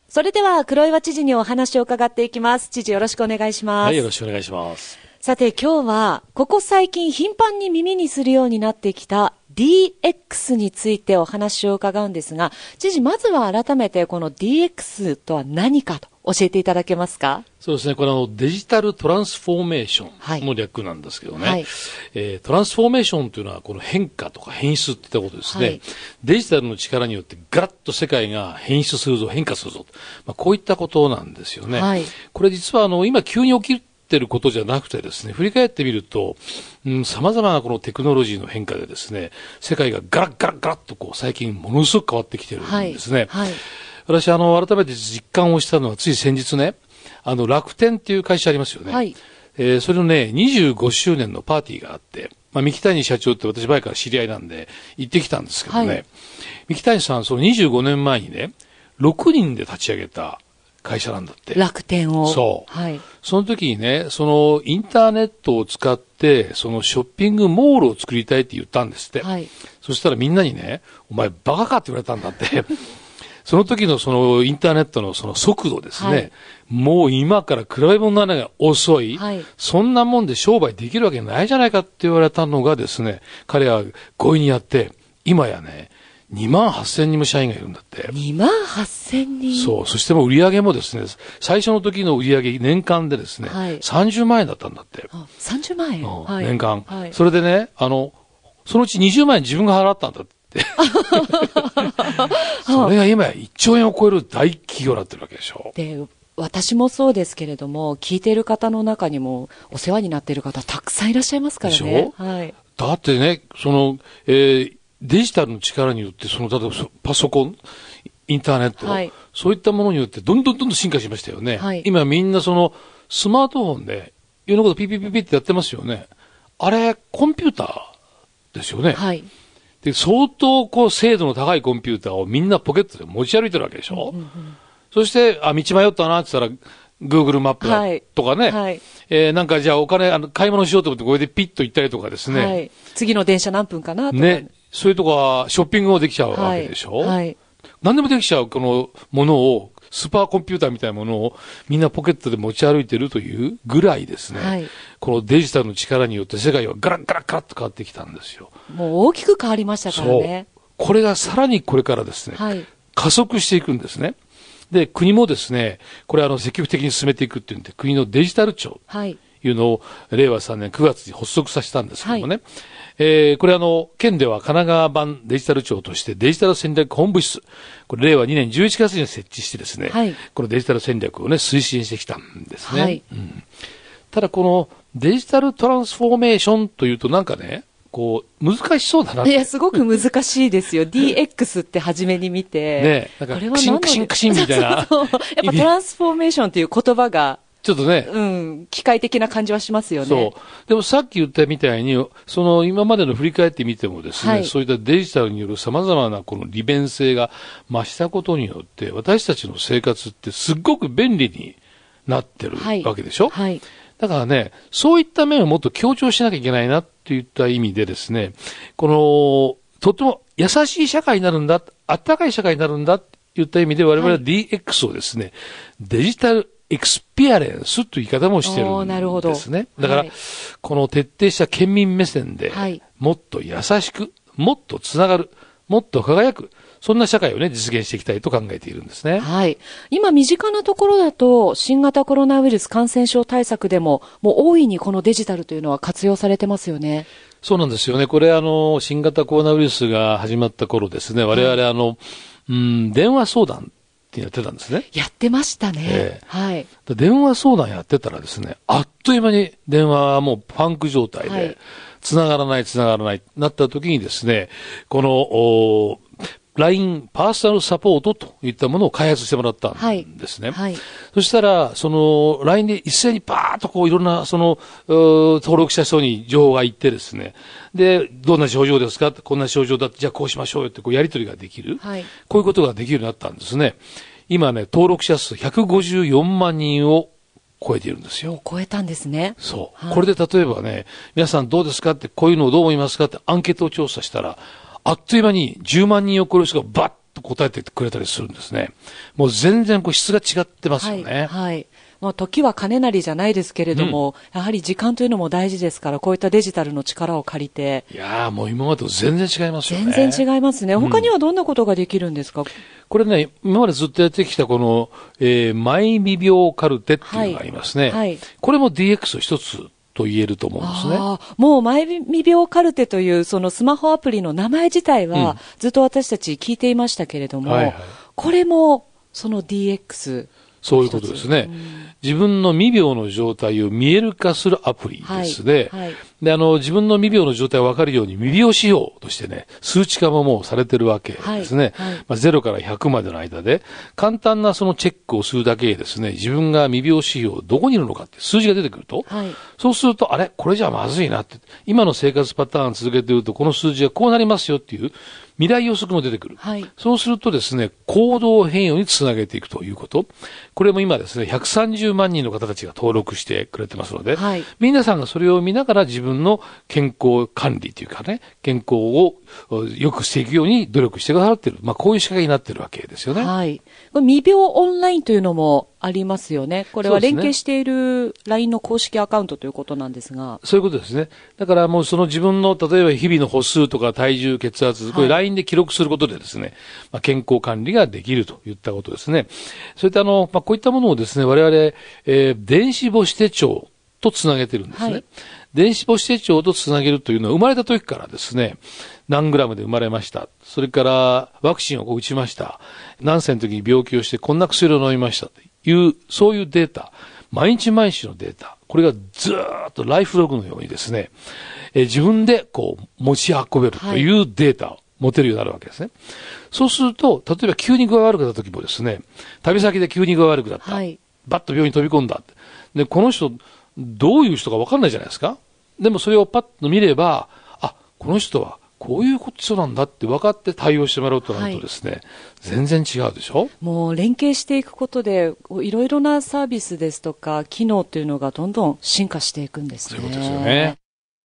それでは黒岩知事にお話を伺っていきます。知事、よろしくお願いします。 はい、よろしくお願いします。 さて今日はここ最近頻繁に耳にするようになってきた DX についてお話を伺うんですが、知事、まずは改めてこの DX とは何かと教えていただけますか？ そうですね、これデジタルトランスフォーメーションの略なんですけどね、はい、トランスフォーメーションというのはこの変化とか変質っていったことですね、はい、デジタルの力によってガラッと世界が変質するぞ、変化するぞ、こういったことなんですよね。はい、これ実は今急に起きてることじゃなくてですね、振り返ってみると、様々なこのテクノロジーの変化でですね、世界がガラッガラッガラッと最近ものすごく変わってきてるんですね。はいはい、私改めて実感をしたのはつい先日ね、楽天っていう会社ありますよね。はい、それのね、25周年のパーティーがあって、三木谷社長って私前から知り合いなんで行ってきたんですけどね、はい、三木谷さんその25年前にね、6人で立ち上げた会社なんだって。 楽天を。 そう。はい。その時にね、そのインターネットを使って、そのショッピングモールを作りたいって言ったんですって。はい。そしたらみんなにね、お前バカかって言われたんだって。その時のそのインターネットのその速度ですね。はい、もう今から比べ物にならないが遅い。はい。そんなもんで商売できるわけないじゃないかって言われたのがですね、彼は強引にやって、今やね、28,000人も社員がいるんだって。 28,000人？ そう。そしてもう売り上げもですね、最初の時の売り上げ年間でですね、はい、30万円だったんだって。 あ、30万円、 はい、年間、はい。それでね、そのうち20万円自分が払ったんだって。それが今や1兆円を超える大企業になってるわけでしょ。 で、私もそうですけれども、聞いている方の中にもお世話になっている方たくさんいらっしゃいますからね。でしょ？はい。 だってね、デジタルの力によって、例えばパソコン、インターネット、はい、そういったものによってどんどん進化しましたよね。はい、今みんなスマートフォンで、いろんなことピピピピってやってますよね。あれ、コンピューターですよね。はい、で、相当精度の高いコンピューターをみんなポケットで持ち歩いてるわけでしょ。そして、道迷ったなって言ったら、Google マップとかね、はい、なんかじゃあお金、買い物しようと思ってこれでピッと行ったりとかですね。はい、 次の電車何分かなとかね。それとか、ショッピングもできちゃうわけでしょ。はい。何でもできちゃうこのものを、スーパーコンピューターみたいなものをみんなポケットで持ち歩いてるというぐらいですね。はい。このデジタルの力によって世界はガラッガラッガラッと変わってきたんですよ。 もう大きく変わりましたからね。 そう。これがさらにこれからですね。はい。加速していくんですね。で、国もですね、これ積極的に進めていくっていうんで、国のデジタル庁というのを、令和3年9月に発足させたんですけどもね。はい、これ県では神奈川版デジタル庁としてデジタル戦略本部室、これ令和2年11月に設置してですね、はい、このデジタル戦略をね、推進してきたんですね。はい、ただこのデジタルトランスフォーメーションというとなんかね、難しそうだなって。 いや、すごく難しいですよ。DX って初めに見て。 ね、なんか、クシンクシンクシンみたいな。 そうやっぱトランスフォーメーションっていう言葉が、 ちょっとね。 機械的な感じはしますよね。 そう。でもさっき言ったみたいに、今までの振り返ってみてもですね、はい、そういったデジタルによる様々なこの利便性が増したことによって、私たちの生活ってすっごく便利になってるわけでしょ？はい。はい、だからね、そういった面をもっと強調しなきゃいけないなっていった意味でですね、とっても優しい社会になるんだ、温かい社会になるんだっていった意味で我々は DX をですね、デジタルエクスピアレンスという言い方もしてるんですね。だから、この徹底した県民目線で、もっと優しく、もっとつながる、もっと輝く、そんな社会をね、実現していきたいと考えているんですね。 はい。今、身近なところだと、新型コロナウイルス感染症対策でも、もう大いにこのデジタルというのは活用されてますよね。 そうなんですよね。これ新型コロナウイルスが始まった頃ですね、我々電話相談ってやってたんですね。 やってましたね。はい。 電話相談やってたらですね、あっという間に電話はもうパンク状態で、繋がらないなった時にですね、この、LINE パーソナルサポートといったものを開発してもらったんですね。はい。はい、そしたら、LINE で一斉にバーッといろんな、登録した人に情報がいってですね。で、どんな症状ですかって、こんな症状だって、じゃあこうしましょうよって、やり取りができる。はい。こういうことができるようになったんですね。今ね、登録者数154万人を超えているんですよ。 超えたんですね。 そう。はい、これで例えばね、皆さんどうですかって、こういうのをどう思いますかってアンケートを調査したら、あっという間に10万人を超える人がバッと答えてくれたりするんですね。もう全然質が違ってますよね。 はい。まあ、時は金なりじゃないですけれども、やはり時間というのも大事ですから、こういったデジタルの力を借りて。 いやー、もう今までと全然違いますよね。 全然違いますね。他にはどんなことができるんですか？ これね、今までずっとやってきたこの、マイ未病カルテっていうのがありますね。これも DX 一つと言えると思うんですね。 もうマイ未病カルテというそのスマホアプリの名前自体はずっと私たち聞いていましたけれども、これもその DX。 そういうことですね。自分の未病の状態を見える化するアプリですね。で、自分の未病の状態が分かるように未病指標としてね、数値化ももうされてるわけですね。0から100までの間で、簡単なそのチェックをするだけでですね、自分が未病指標どこにいるのかって数字が出てくると、そうすると、あれこれじゃまずいなって、今の生活パターン続けてると、この数字がこうなりますよっていう、未来予測も出てくる。そうするとですね、行動変容につなげていくということ。これも今ですね、130万人の方たちが登録してくれてますので、皆さんがそれを見ながら自分の健康管理というかね、健康を良くしていくように努力してくださっている。こういう仕掛けになっているわけですよね。 これ未病オンラインというのもありますよね。これは連携している LINE の公式アカウントということなんですが。 そういうことですね。だからもうその自分の、例えば日々の歩数とか体重、血圧、これ LINE で記録することでですね、健康管理ができるといったことですね。そういったこういったものをですね、我々、電子母子手帳とつなげてるんですね。電子母子手帳とつなげるというのは生まれた時からですね、何グラムで生まれました。それからワクチンを打ちました。何歳の時に病気をしてこんな薬を飲みましたという、そういうデータ、毎日毎日のデータ、これがずーっとライフログのようにですね、自分で持ち運べるというデータを持てるようになるわけですね。そうすると、例えば急に具合悪くなった時もですね、旅先で急に具合悪くなった。バッと病院に飛び込んだ。で、この人、どういう人か分かんないじゃないですか。でもそれをパッと見れば、この人はこういう人なんだって分かって対応してもらうとなるとですね、全然違うでしょ。 もう連携していくことで、いろいろなサービスですとか、機能っていうのがどんどん進化していくんですね。 そういうことですよね。